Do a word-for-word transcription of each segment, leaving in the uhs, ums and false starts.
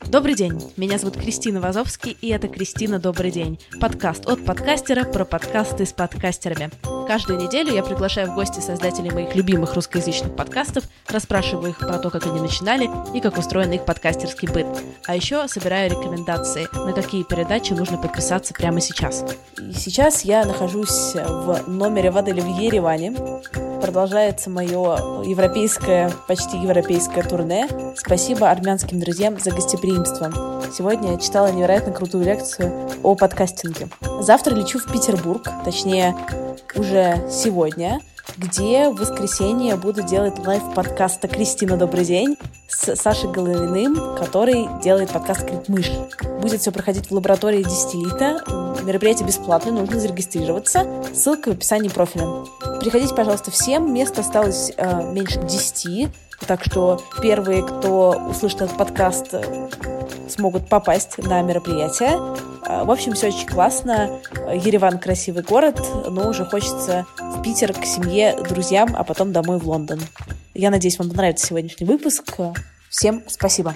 Добрый день, меня зовут Кристина Вазовский, и это «Кристина, добрый день» — подкаст от подкастера про подкасты с подкастерами. Каждую неделю я приглашаю в гости создателей моих любимых русскоязычных подкастов, расспрашиваю их про то, как они начинали и как устроен их подкастерский быт. А еще собираю рекомендации, на какие передачи нужно подписаться прямо сейчас. И сейчас я нахожусь в номере в отеле в Ереване. Продолжается мое европейское, почти европейское турне. Спасибо армянским друзьям за гостеприимство. Сегодня я читала невероятно крутую лекцию о подкастинге. Завтра лечу в Петербург, точнее, уже сегодня, где в воскресенье буду делать лайв-подкаст «Кристина, добрый день» с Сашей Головиным, который делает подкаст «Критмыш». Будет все проходить в лаборатории Дистиллита. Мероприятие бесплатное, нужно зарегистрироваться. Ссылка в описании профиля. Приходите, пожалуйста, всем. Места осталось э, меньше десяти, так что первые, кто услышит этот подкаст, смогут попасть на мероприятие. В общем, все очень классно. Ереван — красивый город, но уже хочется в Питер к семье, друзьям, а потом домой в Лондон. Я надеюсь, вам понравится сегодняшний выпуск. Всем спасибо.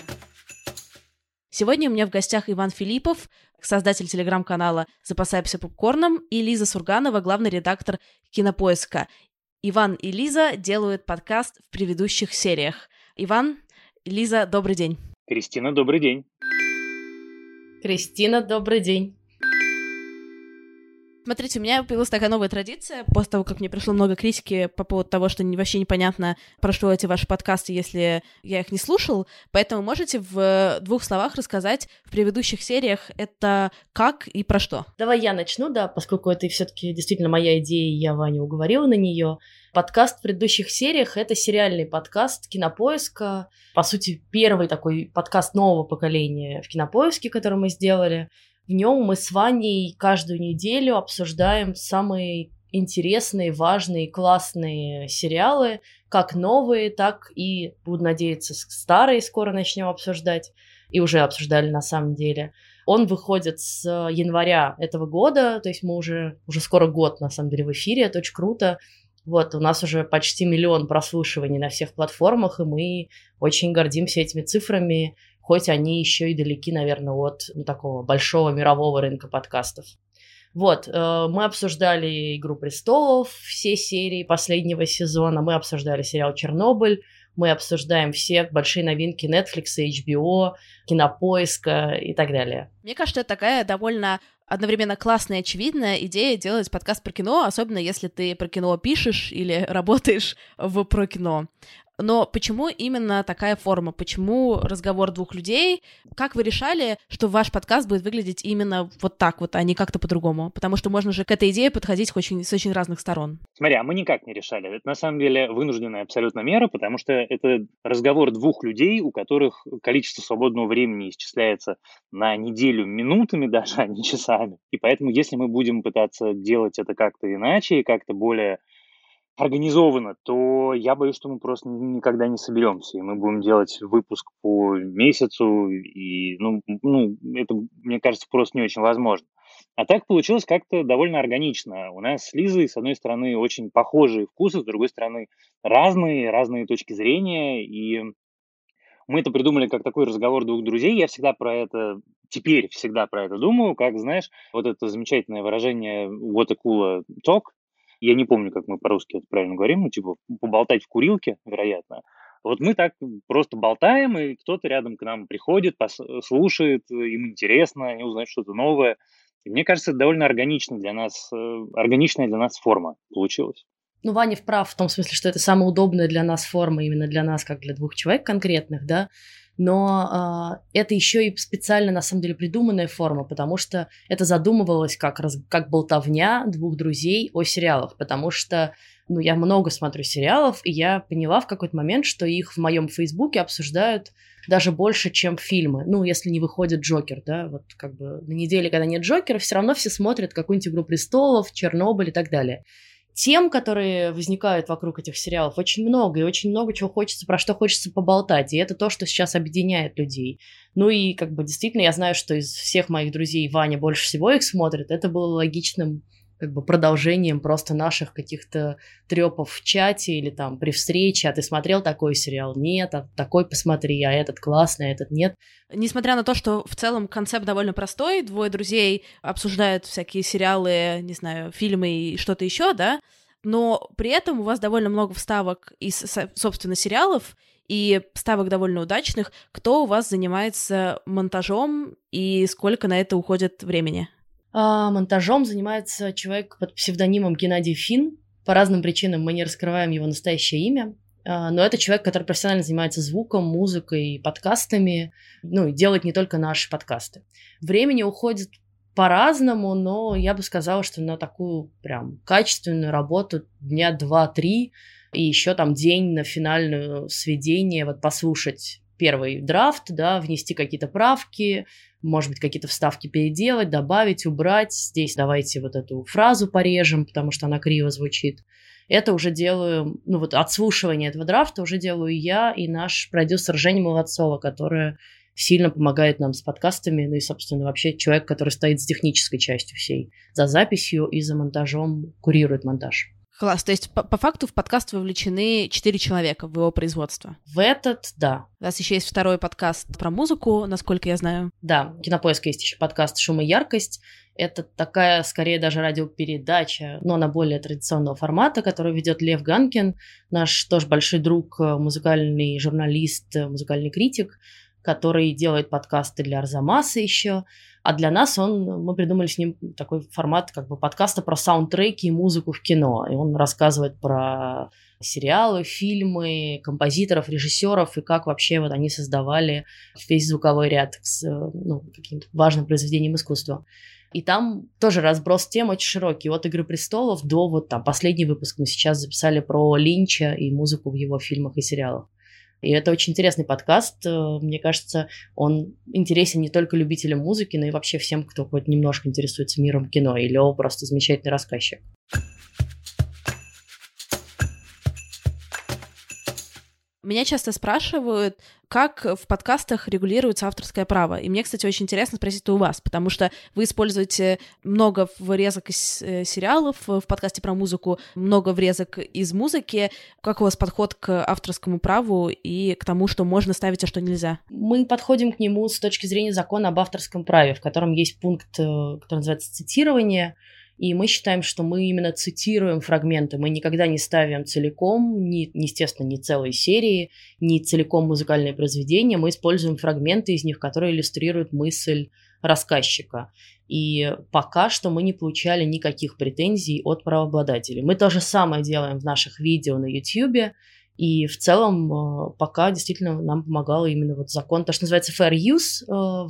Сегодня у меня в гостях Иван Филиппов, создатель телеграм-канала «Запасаемся попкорном», и Лиза Сурганова, главный редактор «Кинопоиска». Иван и Лиза делают подкаст в предыдущих сериях. Иван, Лиза, добрый день. Кристина, добрый день. Кристина, добрый день. Смотрите, у меня появилась такая новая традиция, после того, как мне пришло много критики по поводу того, что вообще непонятно, про что эти ваши подкасты, если я их не слушал, поэтому можете в двух словах рассказать в предыдущих сериях это как и про что? Давай я начну, да, поскольку это все-таки действительно моя идея, и я Ваню уговорила на нее. Подкаст в предыдущих сериях — это сериальный подкаст Кинопоиска, по сути, первый такой подкаст нового поколения в Кинопоиске, который мы сделали. В нем мы с Ваней каждую неделю обсуждаем самые интересные, важные, классные сериалы, как новые, так и, буду надеяться, старые скоро начнем обсуждать, и уже обсуждали на самом деле. Он выходит с января этого года, то есть мы уже, уже скоро год, на самом деле, в эфире, это очень круто. Вот, у нас уже почти миллион прослушиваний на всех платформах, и мы очень гордимся этими цифрами, хоть они еще и далеки, наверное, от ну, такого большого мирового рынка подкастов. Вот, э, мы обсуждали «Игру престолов», все серии последнего сезона, мы обсуждали сериал «Чернобыль», мы обсуждаем все большие новинки Netflix, эйч би о, Кинопоиска и так далее. Мне кажется, это такая довольно одновременно классная и очевидная идея делать подкаст про кино, особенно если ты про кино пишешь или работаешь в про кино. Но почему именно такая форма? Почему разговор двух людей? Как вы решали, что ваш подкаст будет выглядеть именно вот так вот, а не как-то по-другому? Потому что можно же к этой идее подходить очень, с очень разных сторон. Смотри, а мы никак не решали. Это на самом деле вынужденная абсолютно мера, потому что это разговор двух людей, у которых количество свободного времени исчисляется на неделю минутами даже, а не часами. И поэтому, если мы будем пытаться делать это как-то иначе и как-то более организованно, то я боюсь, что мы просто никогда не соберемся, и мы будем делать выпуск по месяцу, и, ну, ну, это, мне кажется, просто не очень возможно. А так получилось как-то довольно органично. У нас с Лизой, с одной стороны, очень похожие вкусы, с другой стороны, разные, разные точки зрения, и мы это придумали как такой разговор двух друзей. Я всегда про это, теперь всегда про это думаю, как, знаешь, вот это замечательное выражение «what a cool talk». Я не помню, как мы по-русски это правильно говорим, ну, типа, поболтать в курилке, вероятно. Вот мы так просто болтаем, и кто-то рядом к нам приходит, пос- слушает, им интересно, они узнают что-то новое. И мне кажется, это довольно органично для нас, э, органичная для нас форма получилась. Ну, Ваня прав в том смысле, что это самая удобная для нас форма, именно для нас, как для двух человек конкретных, да, но э, это еще и специально, на самом деле, придуманная форма, потому что это задумывалось как, раз, как болтовня двух друзей о сериалах, потому что, ну, я много смотрю сериалов, и я поняла в какой-то момент, что их в моем Фейсбуке обсуждают даже больше, чем фильмы, ну, если не выходит Джокер, да, вот как бы на неделе, когда нет Джокера, все равно все смотрят какую-нибудь «Игру престолов», «Чернобыль» и так далее. Тем, которые возникают вокруг этих сериалов, очень много, и очень много чего хочется, про что хочется поболтать, и это то, что сейчас объединяет людей. Ну и как бы действительно я знаю, что из всех моих друзей Ваня больше всего их смотрит, это было логичным как бы продолжением просто наших каких-то трепов в чате или там при встрече. А ты смотрел такой сериал? Нет. А такой посмотри, а этот классный, а этот нет. Несмотря на то, что в целом концепт довольно простой, двое друзей обсуждают всякие сериалы, не знаю, фильмы и что-то еще, да, но при этом у вас довольно много вставок из, собственно, сериалов, и вставок довольно удачных. Кто у вас занимается монтажом и сколько на это уходит времени? А, монтажом занимается человек под псевдонимом Геннадий Фин. По разным причинам мы не раскрываем его настоящее имя. А, но это человек, который профессионально занимается звуком, музыкой, подкастами. Ну, и делает не только наши подкасты. Времени уходит по-разному, но я бы сказала, что на такую прям качественную работу дня два-три, и еще там день на финальное сведение, вот послушать первый драфт, да, внести какие-то правки, может быть, какие-то вставки переделать, добавить, убрать. Здесь давайте вот эту фразу порежем, потому что она криво звучит. Это уже делаю, ну вот отслушивание этого драфта уже делаю я и наш продюсер Женя Молодцова, которая сильно помогает нам с подкастами, ну и, собственно, вообще человек, который стоит с технической частью всей, за записью и за монтажом, курирует монтаж. Класс, то есть по, по факту в подкаст вовлечены четыре человека в его производство? В этот, да. У нас еще есть второй подкаст про музыку, насколько я знаю. Да, в Кинопоиске есть еще подкаст «Шум и яркость». Это такая, скорее, даже радиопередача, но она более традиционного формата, которую ведет Лев Ганкин, наш тоже большой друг, музыкальный журналист, музыкальный критик, который делает подкасты для Арзамаса еще. А для нас он, мы придумали с ним такой формат как бы подкаста про саундтреки и музыку в кино. И он рассказывает про сериалы, фильмы, композиторов, режиссеров и как вообще вот они создавали весь звуковой ряд с ну, каким-то важным произведением искусства. И там тоже разброс тем очень широкий. От «Игры престолов» до вот там последний выпуск мы сейчас записали про Линча и музыку в его фильмах и сериалах. И это очень интересный подкаст. Мне кажется, он интересен не только любителям музыки, но и вообще всем, кто хоть немножко интересуется миром кино. И Лео просто замечательный рассказчик. Меня часто спрашивают, как в подкастах регулируется авторское право. И мне, кстати, очень интересно спросить это у вас, потому что вы используете много врезок из сериалов в подкасте про музыку, много врезок из музыки. Как у вас подход к авторскому праву и к тому, что можно ставить, а что нельзя? Мы подходим к нему с точки зрения закона об авторском праве, в котором есть пункт, который называется «цитирование». И мы считаем, что мы именно цитируем фрагменты. Мы никогда не ставим целиком, ни, естественно, не целые серии, не целиком музыкальные произведения. Мы используем фрагменты из них, которые иллюстрируют мысль рассказчика. И пока что мы не получали никаких претензий от правообладателей. Мы то же самое делаем в наших видео на YouTube. И в целом пока действительно нам помогал именно вот закон, то, что называется fair use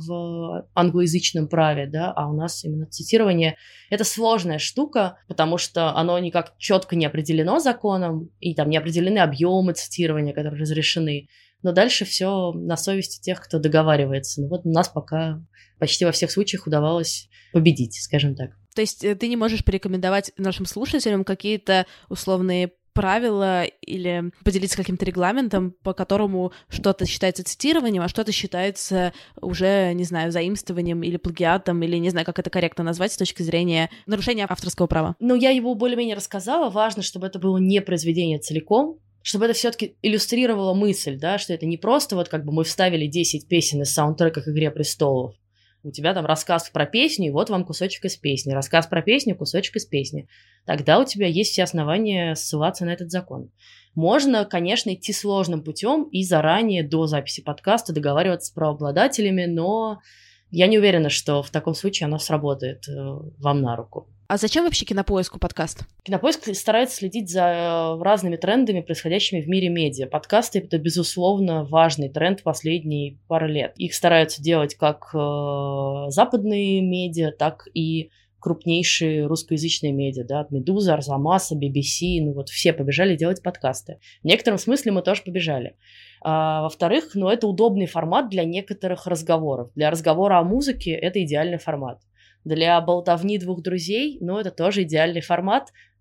в англоязычном праве, да, а у нас именно цитирование. Это сложная штука, потому что оно никак четко не определено законом, и там не определены объемы цитирования, которые разрешены. Но дальше все на совести тех, кто договаривается. Ну вот у нас пока почти во всех случаях удавалось победить, скажем так. То есть ты не можешь порекомендовать нашим слушателям какие-то условные правила или поделиться каким-то регламентом, по которому что-то считается цитированием, а что-то считается уже, не знаю, заимствованием или плагиатом, или не знаю, как это корректно назвать с точки зрения нарушения авторского права? Ну, я его более-менее рассказала. Важно, чтобы это было не произведение целиком, чтобы это все-таки иллюстрировало мысль, да, что это не просто вот как бы мы вставили десять песен из саундтрека к «Игре престолов». У тебя там рассказ про песню, и вот вам кусочек из песни. Рассказ про песню, кусочек из песни. Тогда у тебя есть все основания ссылаться на этот закон. Можно, конечно, идти сложным путем и заранее до записи подкаста договариваться с правообладателями, но я не уверена, что в таком случае оно сработает э, вам на руку. А зачем вообще Кинопоиску подкаст? Кинопоиск старается следить за разными трендами, происходящими в мире медиа. Подкасты — это, безусловно, важный тренд последние пару лет. Их стараются делать как э, западные медиа, так и крупнейшие русскоязычные медиа, да, от «Медузы», «Арзамаса», би би си, ну вот все побежали делать подкасты. В некотором смысле мы тоже побежали. А, во-вторых, ну это удобный формат для некоторых разговоров. Для разговора о музыке это идеальный формат. Для болтовни двух друзей, ну это тоже идеальный формат.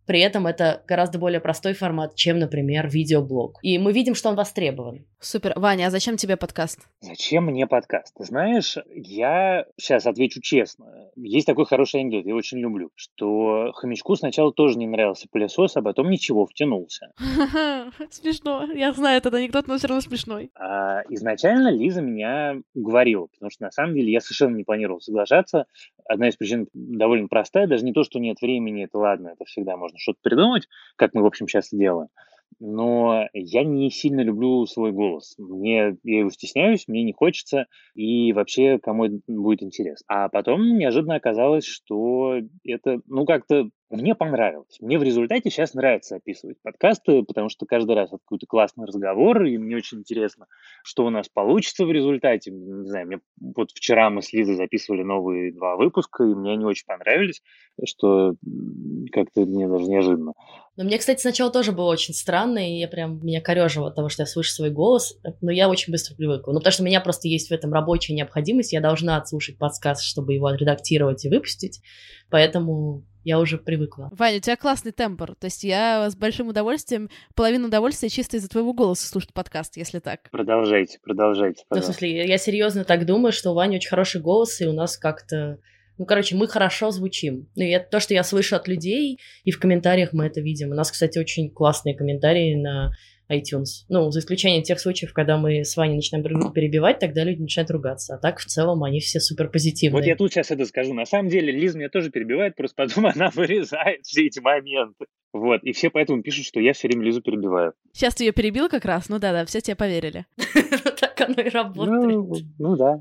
При этом это гораздо более простой формат, чем, например, видеоблог. И мы видим, что он востребован. Супер. Ваня, а зачем тебе подкаст? Зачем мне подкаст? Ты знаешь, я сейчас отвечу честно. Есть такой хороший анекдот, я очень люблю, что хомячку сначала тоже не нравился пылесос, а потом ничего, втянулся. Смешно. Я знаю этот анекдот, но все равно смешной. А изначально Лиза меня уговорила, потому что на самом деле я совершенно не планировал соглашаться. Одна из причин довольно простая, даже не то, что нет времени, это ладно, это всегда можно что-то придумать, как мы, в общем, часто делаем. Но я не сильно люблю свой голос. Мне, я его стесняюсь, мне не хочется, и вообще кому это будет интересно. А потом неожиданно оказалось, что это, ну, как-то мне понравилось. Мне в результате сейчас нравится описывать подкасты, потому что каждый раз это какой-то классный разговор, и мне очень интересно, что у нас получится в результате. Не знаю, мне вот вчера мы с Лизой записывали новые два выпуска, и мне они очень понравились, что как-то мне даже неожиданно. Но мне, кстати, сначала тоже было очень странно, и я прям, меня корёжило от того, что я слышу свой голос, но я очень быстро привыкла. Ну, потому что у меня просто есть в этом рабочая необходимость, я должна отслушать подкаст, чтобы его отредактировать и выпустить, поэтому я уже привыкла. Ваня, у тебя классный тембр, то есть я с большим удовольствием, половину удовольствия чисто из-за твоего голоса слушать подкаст, если так. Продолжайте, продолжайте, Ну, в пожалуйста. смысле, я серьезно так думаю, что у Вани очень хороший голос, и у нас как-то... Ну, короче, мы хорошо звучим. Ну, и это то, что я слышу от людей, и в комментариях мы это видим. У нас, кстати, очень классные комментарии на iTunes. Ну, за исключением тех случаев, когда мы с Ваней начинаем друг друга перебивать, тогда люди начинают ругаться. А так, в целом, они все супер позитивные. Вот я тут сейчас это скажу. На самом деле, Лиза меня тоже перебивает, просто потом она вырезает все эти моменты. Вот, и все поэтому пишут, что я все время Лизу перебиваю. Сейчас ты ее перебил как раз, ну да-да, все тебе поверили. Так оно и работает. Ну, ну да.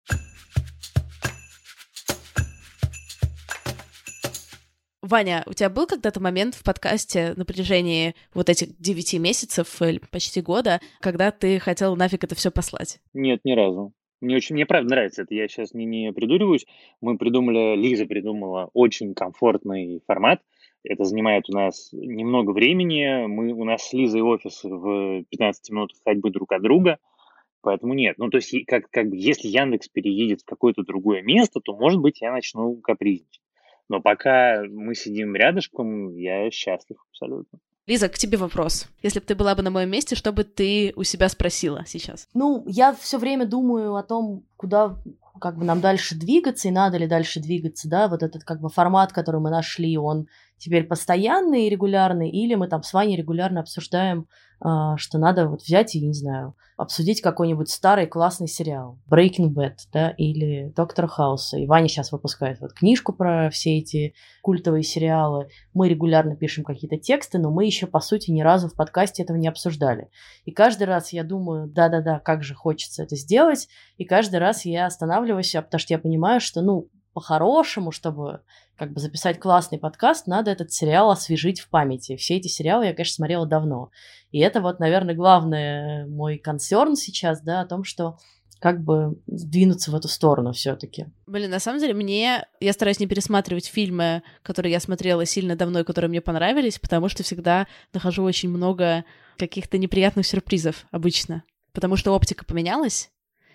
Ваня, у тебя был когда-то момент в подкасте на протяжении вот этих девяти месяцев или почти года, когда ты хотел нафиг это все послать? Нет, ни разу. Мне очень, мне правда нравится это, я сейчас не, не придуриваюсь. Мы придумали, Лиза придумала очень комфортный формат. Это занимает у нас немного времени. Мы, у нас с Лизой офис в пятнадцати минутах ходьбы друг от друга. Поэтому нет. Ну, то есть, как, как бы, если Яндекс переедет в какое-то другое место, то, может быть, я начну капризничать. Но пока мы сидим рядышком, я счастлив абсолютно. Лиза, к тебе вопрос. Если бы ты была бы на моем месте, что бы ты у себя спросила сейчас? Ну, я все время думаю о том, куда как бы нам дальше двигаться, и надо ли дальше двигаться, да, вот этот как бы формат, который мы нашли, он теперь постоянный и регулярный, или мы там с Ваней регулярно обсуждаем, э, что надо вот взять и, не знаю, обсудить какой-нибудь старый классный сериал, Breaking Bad, да, или Доктор Хауса. И Ваня сейчас выпускает вот книжку про все эти культовые сериалы. Мы регулярно пишем какие-то тексты, но мы еще, по сути, ни разу в подкасте этого не обсуждали. И каждый раз я думаю, да-да-да, как же хочется это сделать, и каждый раз я останавливаюсь, потому что я понимаю, что, ну, по-хорошему, чтобы как бы записать классный подкаст, надо этот сериал освежить в памяти. Все эти сериалы я, конечно, смотрела давно. И это вот, наверное, главный мой консерн сейчас, да, о том, что как бы сдвинуться в эту сторону все-таки. Блин, на самом деле, мне... Я стараюсь не пересматривать фильмы, которые я смотрела сильно давно и которые мне понравились, потому что всегда нахожу очень много каких-то неприятных сюрпризов обычно. Потому что оптика поменялась,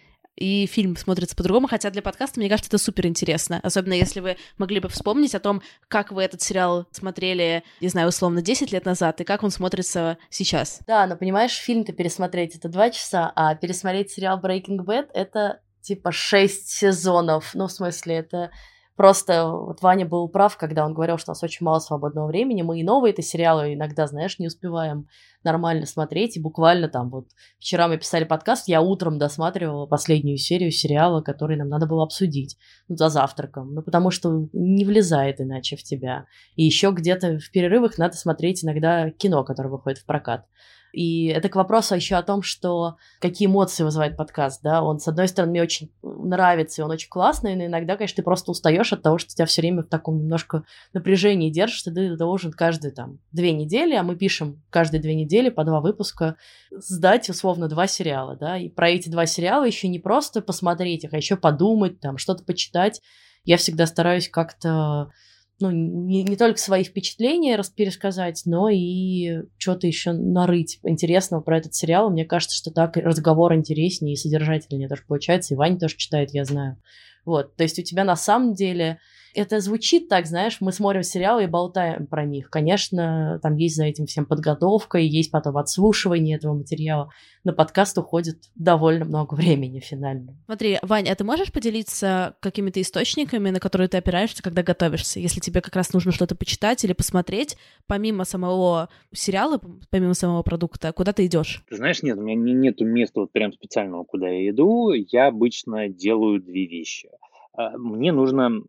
и фильм смотрится по-другому, хотя для подкаста, мне кажется, это супер интересно. Особенно если вы могли бы вспомнить о том, как вы этот сериал смотрели, не знаю, условно, десять лет назад, и как он смотрится сейчас. Да, но понимаешь, фильм-то пересмотреть это два часа, а пересмотреть сериал Breaking Bad это типа шесть сезонов. Ну, в смысле, это... Просто вот Ваня был прав, когда он говорил, что у нас очень мало свободного времени. Мы и новые это сериалы иногда, знаешь, не успеваем нормально смотреть. И буквально там вот вчера мы писали подкаст, я утром досматривала последнюю серию сериала, который нам надо было обсудить, ну, за завтраком. Ну, потому что не влезает иначе в тебя. И еще где-то в перерывах надо смотреть иногда кино, которое выходит в прокат. И это к вопросу еще о том, что какие эмоции вызывает подкаст, да, он, с одной стороны, мне очень нравится, и он очень классный, но иногда, конечно, ты просто устаешь от того, что тебя все время в таком немножко напряжении держишь, ты должен каждые там две недели, а мы пишем каждые две недели по два выпуска, сдать, условно, два сериала, да, и про эти два сериала еще не просто посмотреть их, а еще подумать, там, что-то почитать. Я всегда стараюсь как-то... ну, не, не только свои впечатления пересказать, но и что-то еще нарыть интересного про этот сериал. Мне кажется, что так разговор интереснее и содержательнее тоже получается. И Ваня тоже читает, я знаю. Вот, то есть у тебя на самом деле... Это звучит так, знаешь, мы смотрим сериалы и болтаем про них. Конечно, там есть за этим всем подготовка, и есть потом отслушивание этого материала. На подкаст уходит довольно много времени финально. Смотри, Вань, а ты можешь поделиться какими-то источниками, на которые ты опираешься, когда готовишься? Если тебе как раз нужно что-то почитать или посмотреть, помимо самого сериала, помимо самого продукта, куда ты идешь? Ты знаешь, нет, у меня не, нету места вот прям специального, куда я иду. Я обычно делаю две вещи. А, Мне нужно...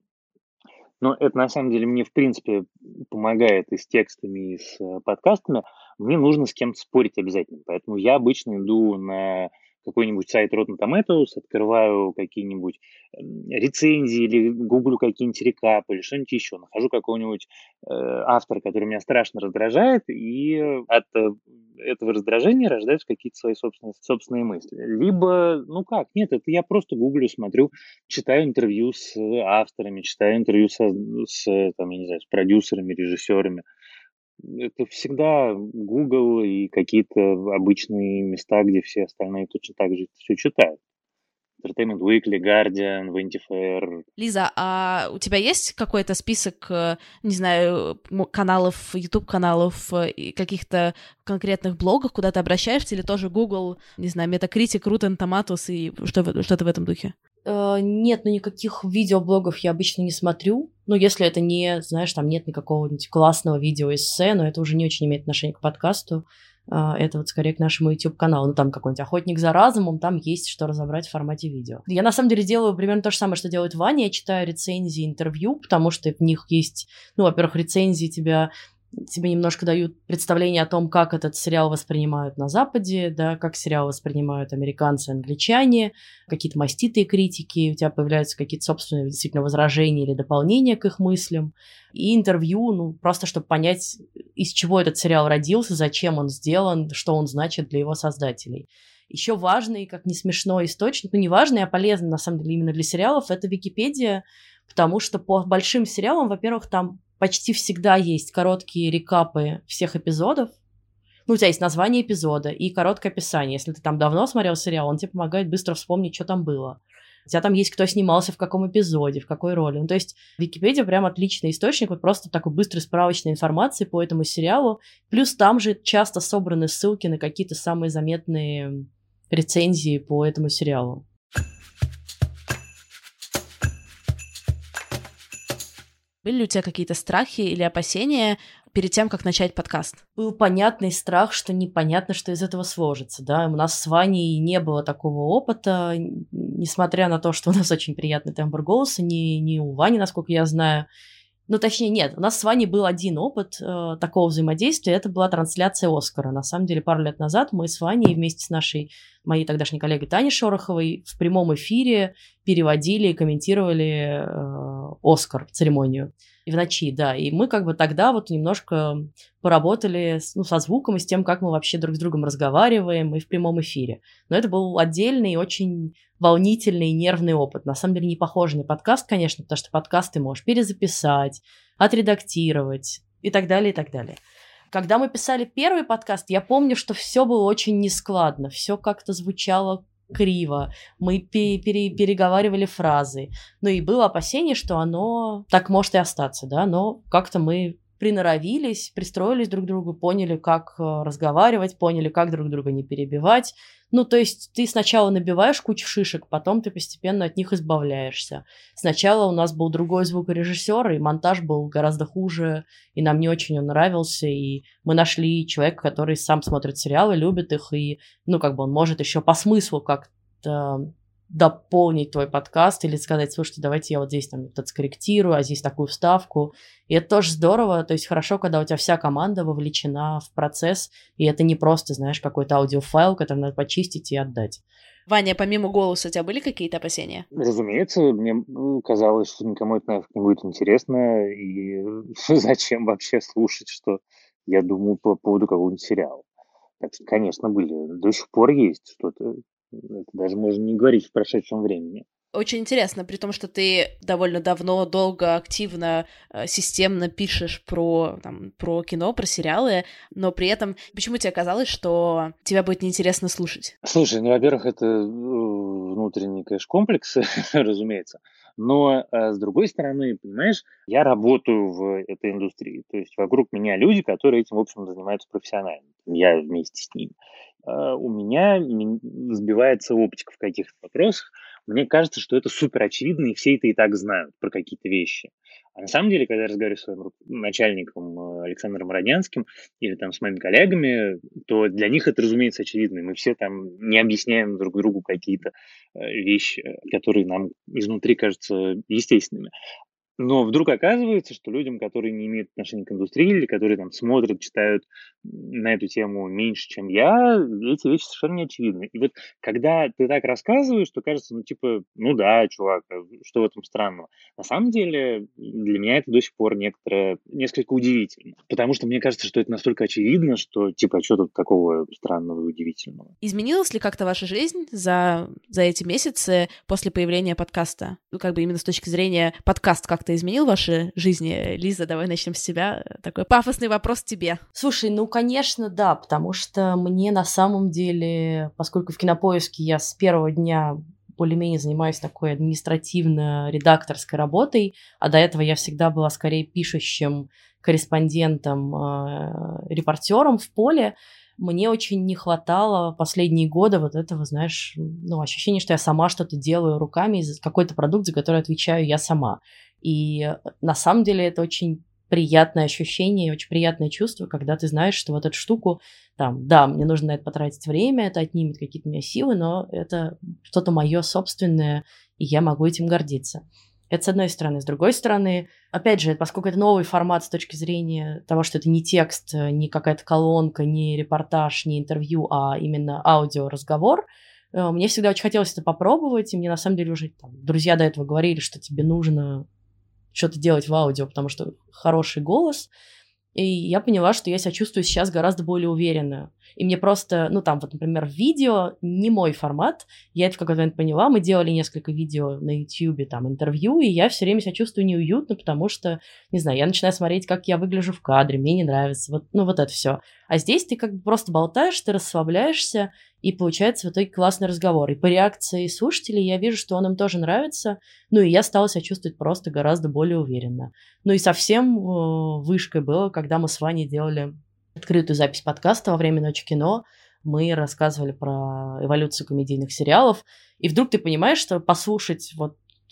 Но это на самом деле мне, в принципе, помогает и с текстами, и с э, подкастами. Мне нужно с кем-то спорить обязательно. Поэтому я обычно иду на какой-нибудь сайт Rotten Tomatoes, открываю какие-нибудь м, рецензии или гуглю какие-нибудь рекапы или что-нибудь еще. Нахожу какого-нибудь э, автора, который меня страшно раздражает, и от э, этого раздражения рождаются какие-то свои собственные, собственные мысли. Либо, ну как, нет, это я просто гуглю, смотрю, читаю интервью с авторами, читаю интервью со, с, там, я не знаю, с продюсерами, режиссерами. Это всегда Google и какие-то обычные места, где все остальные точно так же все читают. Entertainment Weekly, Guardian, Vanity Fair. Лиза, а у тебя есть какой-то список, э, не знаю, м- каналов, YouTube-каналов э, и каких-то конкретных блогов, куда ты обращаешься, или тоже Google, не знаю, Metacritic, Rotten Tomatoes и что- что-то в этом духе? Э, Нет, ну никаких видеоблогов я обычно не смотрю. Ну, если это не, знаешь, там нет никакого-нибудь классного видеоэссе, но это уже не очень имеет отношение к подкасту. А, Это вот скорее к нашему YouTube-каналу. Ну, там какой-нибудь «Охотник за разумом», там есть что разобрать в формате видео. Я, на самом деле, делаю примерно то же самое, что делает Ваня. Я читаю рецензии, интервью, потому что в них есть, ну, во-первых, рецензии тебя тебе немножко дают представление о том, как этот сериал воспринимают на Западе, да, как сериал воспринимают американцы, англичане, какие-то маститые критики, у тебя появляются какие-то собственные действительно возражения или дополнения к их мыслям, и интервью, ну, просто чтобы понять, из чего этот сериал родился, зачем он сделан, что он значит для его создателей. Еще важный, как не смешной источник, ну, не важный, а полезный, на самом деле, именно для сериалов, это Википедия, потому что по большим сериалам, во-первых, там почти всегда есть короткие рекапы всех эпизодов. Ну, у тебя есть название эпизода и короткое описание. Если ты там давно смотрел сериал, он тебе помогает быстро вспомнить, что там было. У тебя там есть, кто снимался в каком эпизоде, в какой роли. Ну, то есть Википедия прям отличный источник, вот просто такой быстрой справочной информации по этому сериалу. Плюс там же часто собраны ссылки на какие-то самые заметные рецензии по этому сериалу. Были ли у тебя какие-то страхи или опасения перед тем, как начать подкаст? Был понятный страх, что непонятно, что из этого сложится, да. У нас с Ваней не было такого опыта, несмотря на то, что у нас очень приятный тембр голоса, не, не у Вани, насколько я знаю. Ну, точнее, нет, у нас с Ваней был один опыт э, такого взаимодействия, это была трансляция «Оскара». На самом деле, пару лет назад мы с Ваней вместе с нашей, моей тогдашней коллегой Таней Шороховой в прямом эфире переводили и комментировали э, «Оскар», церемонию. И в ночи, да. И мы как бы тогда вот немножко поработали с, ну, со звуком и с тем, как мы вообще друг с другом разговариваем и в прямом эфире. Но это был отдельный, очень волнительный и нервный опыт. На самом деле не похожий на подкаст, конечно, потому что подкаст ты можешь перезаписать, отредактировать и так далее, и так далее. Когда мы писали первый подкаст, я помню, что все было очень нескладно, все как-то звучало криво, мы пере- пере- переговаривали фразы. Ну и было опасение, что оно так может и остаться, да, но как-то мы приноровились, пристроились друг к другу, поняли, как э, разговаривать, поняли, как друг друга не перебивать. Ну, то есть ты сначала набиваешь кучу шишек, потом ты постепенно от них избавляешься. Сначала у нас был другой звукорежиссер, и монтаж был гораздо хуже, и нам не очень он нравился, и мы нашли человека, который сам смотрит сериалы, любит их, и, ну, как бы он может еще по смыслу как-то дополнить твой подкаст или сказать, слушайте, давайте я вот здесь там это скорректирую, а здесь такую вставку. И это тоже здорово, то есть хорошо, когда у тебя вся команда вовлечена в процесс, и это не просто, знаешь, какой-то аудиофайл, который надо почистить и отдать. Ваня, помимо голоса, у тебя были какие-то опасения? Разумеется, мне казалось, что никому это нафиг не будет интересно, и зачем вообще слушать, что я думаю по поводу какого-нибудь сериала. Так что, конечно, были. До сих пор есть что-то. Это даже можно не говорить в прошедшем времени. Очень интересно, при том, что ты довольно давно, долго, активно, э, системно пишешь про, там, про кино, про сериалы, но при этом почему тебе казалось, что тебя будет неинтересно слушать? Слушай, ну, во-первых, это э, внутренний, конечно, комплекс, разумеется. Но, э, с другой стороны, понимаешь, я работаю в этой индустрии. То есть вокруг меня люди, которые этим, в общем, занимаются профессионально. Я вместе с ними. Э, у меня мин- сбивается оптика в каких-то вопросах. Мне кажется, что это супер очевидно, и все это и так знают про какие-то вещи. А на самом деле, когда я разговариваю с своим ру- начальником э, Александром Роднянским или там с моими коллегами, то для них это, разумеется, очевидно. И мы все там не объясняем друг другу какие-то э, вещи, э, которые нам изнутри кажутся естественными. Но вдруг оказывается, что людям, которые не имеют отношения к индустрии или которые там смотрят, читают на эту тему меньше, чем я, эти вещи совершенно не очевидны. И вот когда ты так рассказываешь, то кажется, ну типа, ну да, чувак, а что в этом странного? На самом деле для меня это до сих пор некоторое, несколько удивительно, потому что мне кажется, что это настолько очевидно, что типа, а что тут такого странного и удивительного? Изменилась ли как-то ваша жизнь за, за эти месяцы после появления подкаста? Ну, как бы именно с точки зрения подкаст как-то изменил ваши жизни? Лиза, давай начнем с тебя. Такой пафосный вопрос тебе. Слушай, ну, конечно, да, потому что мне на самом деле, поскольку в Кинопоиске я с первого дня более-менее занимаюсь такой административно-редакторской работой, а до этого я всегда была скорее пишущим корреспондентом, э, репортером в поле, мне очень не хватало последние годы вот этого, знаешь, ну, ощущения, что я сама что-то делаю руками, за какой-то продукт, за который отвечаю я сама. И на самом деле это очень приятное ощущение, очень приятное чувство, когда ты знаешь, что вот эту штуку, там, да, мне нужно на это потратить время, это отнимет какие-то у меня силы, но это что-то мое собственное, и я могу этим гордиться. Это с одной стороны. С другой стороны, опять же, поскольку это новый формат с точки зрения того, что это не текст, не какая-то колонка, не репортаж, не интервью, а именно аудиоразговор, мне всегда очень хотелось это попробовать, и мне на самом деле уже там, друзья до этого говорили, что тебе нужно что-то делать в аудио, потому что хороший голос. И я поняла, что я себя чувствую сейчас гораздо более уверенно. И мне просто, ну там вот, например, видео не мой формат. Я это в какой-то момент поняла. Мы делали несколько видео на YouTube, там, интервью, и я все время себя чувствую неуютно, потому что, не знаю, я начинаю смотреть, как я выгляжу в кадре, мне не нравится. Вот, ну вот это все. А здесь ты как бы просто болтаешь, ты расслабляешься, и получается в итоге классный разговор. И по реакции слушателей я вижу, что он им тоже нравится. Ну и я стала себя чувствовать просто гораздо более уверенно. Ну и совсем э, вышкой было, когда мы с Ваней делали открытую запись подкаста во время Ночи кино. Мы рассказывали про эволюцию комедийных сериалов. И вдруг ты понимаешь, что послушать вот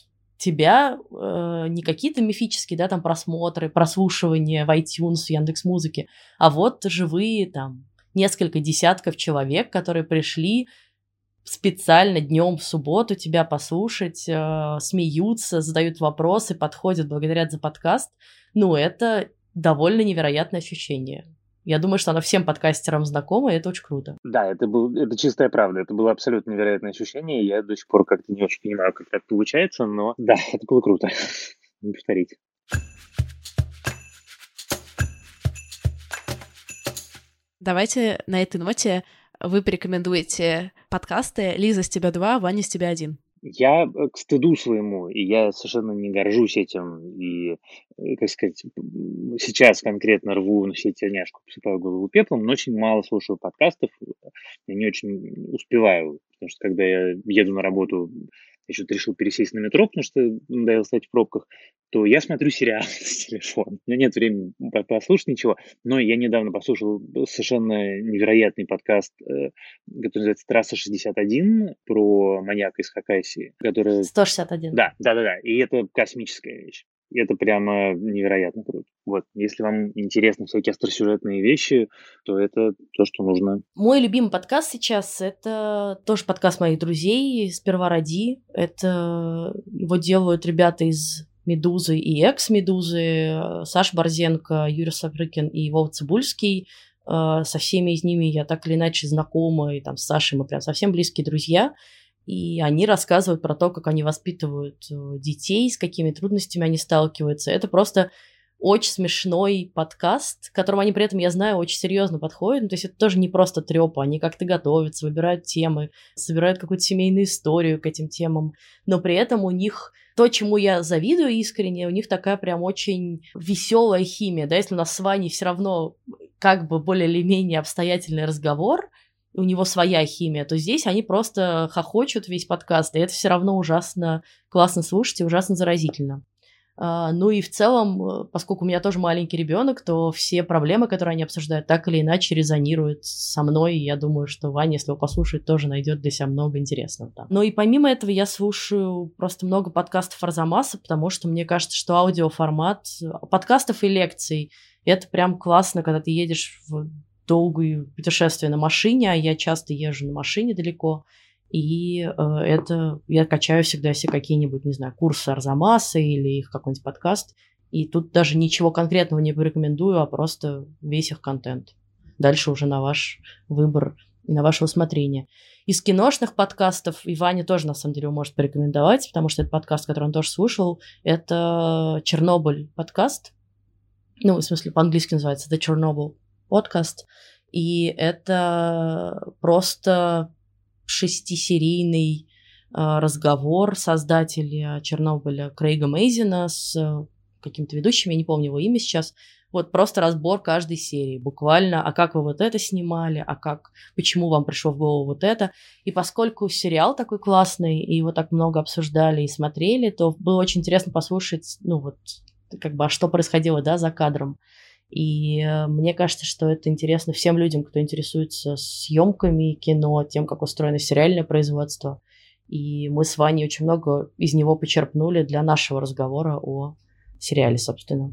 тебя э, не какие-то мифические, да, там просмотры, прослушивания в iTunes, в Яндекс.Музыке, а вот живые там несколько десятков человек, которые пришли специально днем в субботу тебя послушать, э, смеются, задают вопросы, подходят, благодарят за подкаст. Ну, это довольно невероятное ощущение. Я думаю, что оно всем подкастерам знакомо, и это очень круто. Да, это, был, это чистая правда. Это было абсолютно невероятное ощущение. Я до сих пор как-то не очень понимаю, как так получается, но да, это было круто. Не повторить. Давайте на этой ноте вы порекомендуете подкасты «Лиза, с тебя два, Ваня, с тебя один». Я к стыду своему, и я совершенно не горжусь этим, и, как сказать, сейчас конкретно рву на все тельняшку, посыпаю голову пеплом, но очень мало слушаю подкастов, я не очень успеваю, потому что когда я еду на работу, я что-то решил пересесть на метро, потому что надоело стоять в пробках, то я смотрю сериал с телефона. У меня нет времени послушать ничего, но я недавно послушал совершенно невероятный подкаст, который называется «Трасса шестьдесят один», про маньяка из Хакасии, который... сто шестьдесят один. Да, да, да, да, и это космическая вещь. И это прямо невероятно круто. Вот, если вам интересны всякие остросюжетные вещи, то это то, что нужно. Мой любимый подкаст сейчас — это тоже подкаст моих друзей «Сперва роди». Это его делают ребята из «Медузы» и экс-Медузы, Саша Борзенко, Юрий Сапрыкин и Вова Цибульский. Со всеми из ними я так или иначе знакома, и там с Сашей мы прям совсем близкие друзья. И они рассказывают про то, как они воспитывают детей, с какими трудностями они сталкиваются. Это просто очень смешной подкаст, к которому они при этом, я знаю, очень серьезно подходят. Ну, то есть это тоже не просто трёпа, они как-то готовятся, выбирают темы, собирают какую-то семейную историю к этим темам, но при этом у них то, чему я завидую искренне, у них такая прям очень веселая химия, да, если у нас с Ваней все равно как бы более или менее обстоятельный разговор, у него своя химия, то здесь они просто хохочут весь подкаст, и это все равно ужасно классно слушать и ужасно заразительно. Ну и в целом, поскольку у меня тоже маленький ребенок, то все проблемы, которые они обсуждают, так или иначе резонируют со мной. И я думаю, что Ваня, если его послушает, тоже найдет для себя много интересного там. Ну и помимо этого я слушаю просто много подкастов Арзамаса, потому что мне кажется, что аудиоформат подкастов и лекций — это прям классно, когда ты едешь в долгое путешествие на машине, а я часто езжу на машине далеко. И э, это я качаю всегда все какие-нибудь, не знаю, курсы Арзамаса или их какой-нибудь подкаст. И тут даже ничего конкретного не порекомендую, а просто весь их контент. Дальше уже на ваш выбор и на ваше усмотрение. Из киношных подкастов, и Ваня тоже, на самом деле, может порекомендовать, потому что это подкаст, который он тоже слушал, это «Чернобыль» подкаст. Ну, в смысле, по-английски называется «The Chernobyl Podcast». И это просто шестисерийный э, разговор создателя Чернобыля Крейга Мейзина с э, каким-то ведущим, я не помню его имя сейчас. Вот просто разбор каждой серии, буквально, а как вы вот это снимали, а как, почему вам пришло в голову вот это. И поскольку сериал такой классный, и его так много обсуждали и смотрели, то было очень интересно послушать, ну вот, как бы, а что происходило, да, за кадром. И э, мне кажется, что это интересно всем людям, кто интересуется съемками кино, тем, как устроено сериальное производство. И мы с Ваней очень много из него почерпнули для нашего разговора о сериале, собственно.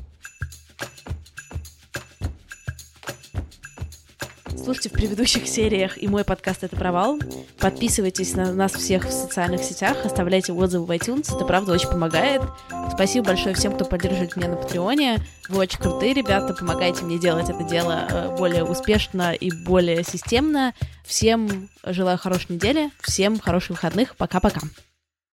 Слушайте в предыдущих сериях и мой подкаст «Это провал». Подписывайтесь на нас всех в социальных сетях, оставляйте отзывы в iTunes, это правда очень помогает. Спасибо большое всем, кто поддерживает меня на Патреоне. Вы очень крутые ребята, помогайте мне делать это дело более успешно и более системно. Всем желаю хорошей недели, всем хороших выходных, пока-пока.